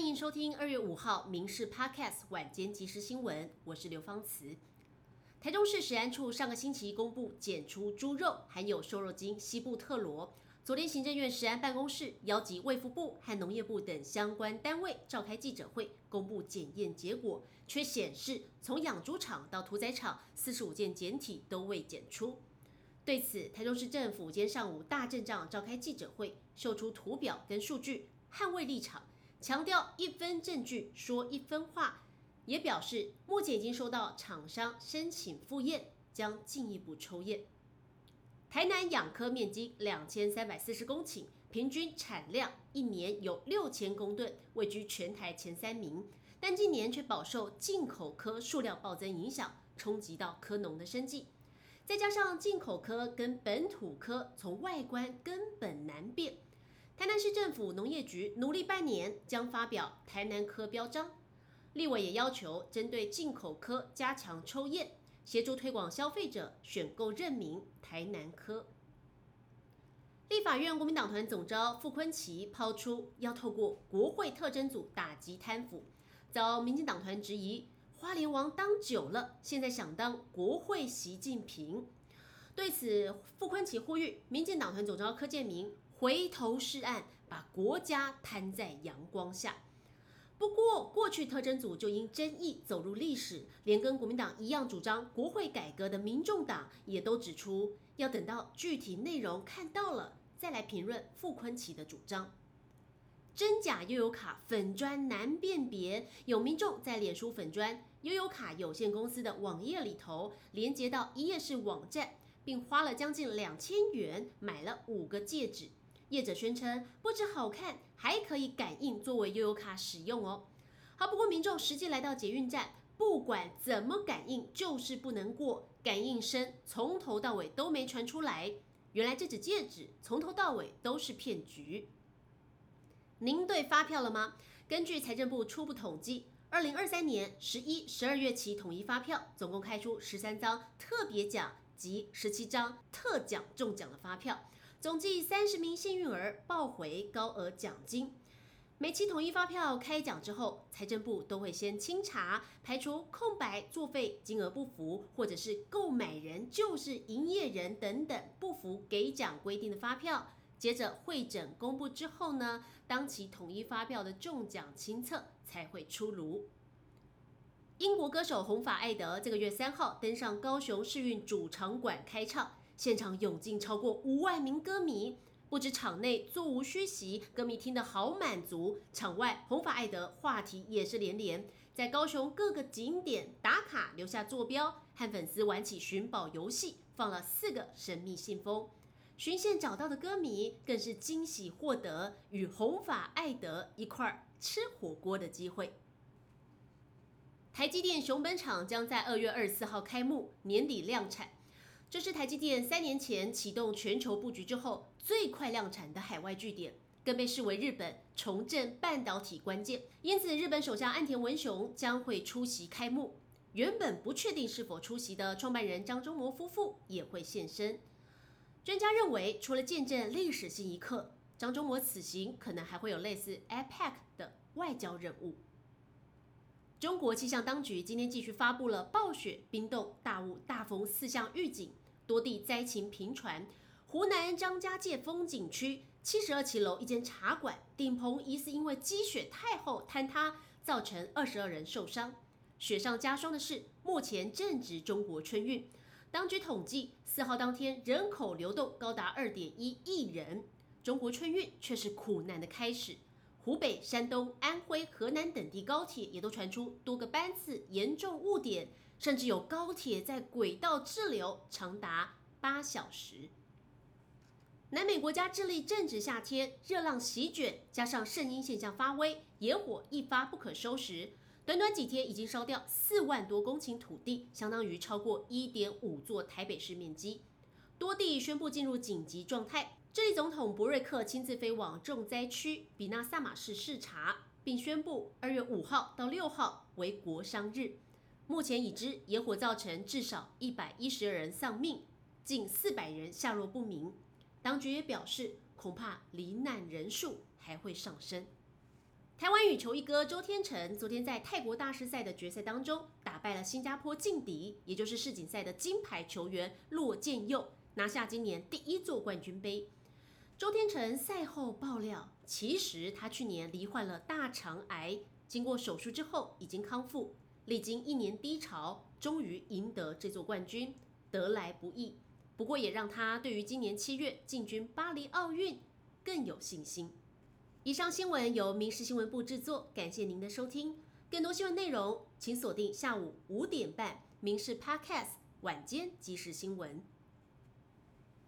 欢迎收听2月5号民事 Podcast 晚间即时新闻，我是刘芳慈。台中市食安处上个星期公布检出猪肉含有瘦肉精西布特罗。昨天行政院食安办公室邀集卫福部和农业部等相关单位召开记者会，公布检验结果，却显示从养猪场到屠宰场45件检体都未检出。对此，台中市政府今天上午大阵仗召开记者会，秀出图表跟数据，捍卫立场，强调一分证据说一分话，也表示目前已经收到厂商申请复验，将进一步抽验。台南养科面积2340公顷，平均产量一年有6000公吨，位居全台前3名，但近年却饱受进口科数量暴增影响，冲击到科农的生计。再加上进口科跟本土科从外观根本难辨，台南市政府农业局努力半年，将发表台南科标章。立委也要求针对进口科加强抽验，协助推广消费者选购认明台南科。立法院国民党团总召傅崐萁抛出要透过国会特侦组打击贪腐，遭民进党团质疑，花莲王当久了，现在想当国会习近平。对此，傅崐萁呼吁民进党团总召柯建铭回头是岸，把国家摊在阳光下。不过，过去特侦组就因争议走入历史，连跟国民党一样主张国会改革的民众党也都指出，要等到具体内容看到了，再来评论傅崐萁的主张。真假悠游卡粉专难辨别，有民众在脸书粉专悠游卡有限公司的网页里头连接到一页式网站，并花了将近2000元买了5个戒指。业者宣称不止好看，还可以感应作为悠游卡使用哦。好，不过民众实际来到捷运站，不管怎么感应，就是不能过，感应声从头到尾都没传出来。原来这只戒指从头到尾都是骗局。您对发票了吗？根据财政部初步统计，2023年11、12月期统一发票总共开出13张特别奖及17张特奖中奖的发票，总计30名幸运儿报回高额奖金。每期统一发票开奖之后，财政部都会先清查，排除空白作废、金额不符，或者是购买人就是营业人等等不符给奖规定的发票。接着汇整公布之后呢，当期统一发票的中奖清册才会出炉。英国歌手红发艾德这个月3号登上高雄世运主场馆开唱，现场涌进超过5万名歌迷，不止场内座无虚席，歌迷听得好满足，场外红发艾德话题也是连连，在高雄各个景点打卡留下坐标，和粉丝玩起寻宝游戏，放了4个神秘信封。循线找到的歌迷更是惊喜获得与红发艾德一块吃火锅的机会。台积电熊本厂将在2月24号开幕，年底量产。这是台积电3年前启动全球布局之后最快量产的海外据点，更被视为日本重振半导体关键。因此，日本首相岸田文雄将会出席开幕。原本不确定是否出席的创办人张忠谋夫妇也会现身。专家认为，除了见证历史性一刻，张忠谋此行可能还会有类似 APEC 的外交任务。中国气象当局今天继续发布了暴雪、冰冻、大雾、大风4项预警，多地灾情频传。湖南张家界风景区72期楼一间茶馆顶棚疑似因为积雪太厚坍塌，造成22人受伤。雪上加霜的是，目前正值中国春运。当局统计，4号当天人口流动高达2.1亿人，中国春运却是苦难的开始。湖北、山东、安徽、河南等地高铁也都传出多个班次严重误点，甚至有高铁在轨道滞留长达8小时。南美国家智利正值夏天，热浪席卷，加上圣婴现象发威，野火一发不可收拾。短短几天已经烧掉4万多公顷土地，相当于超过 1.5 座台北市面积。多地宣布进入紧急状态。智利总统博瑞克亲自飞往重灾区比纳萨马市视察，并宣布2月5号到6号为国殇日。目前已知野火造成至少112人丧命，近400人下落不明。当局也表示，恐怕罹难人数还会上升。 台湾羽球一哥周天成昨天在泰国大师赛的决赛当中，打败了新加坡劲敌，也就是世锦赛的金牌球员骆建佑，拿下今年第1座冠军杯。周天成赛后爆料，其实他去年罹患了大肠癌，经过手术之后已经康复，历经1年低潮，终于赢得这座冠军，得来不易。不过也让他对于今年7月进军巴黎奥运更有信心。以上新闻由民视新闻部制作，感谢您的收听。更多新闻内容，请锁定下午5点半民视 Podcast 晚间即时新闻。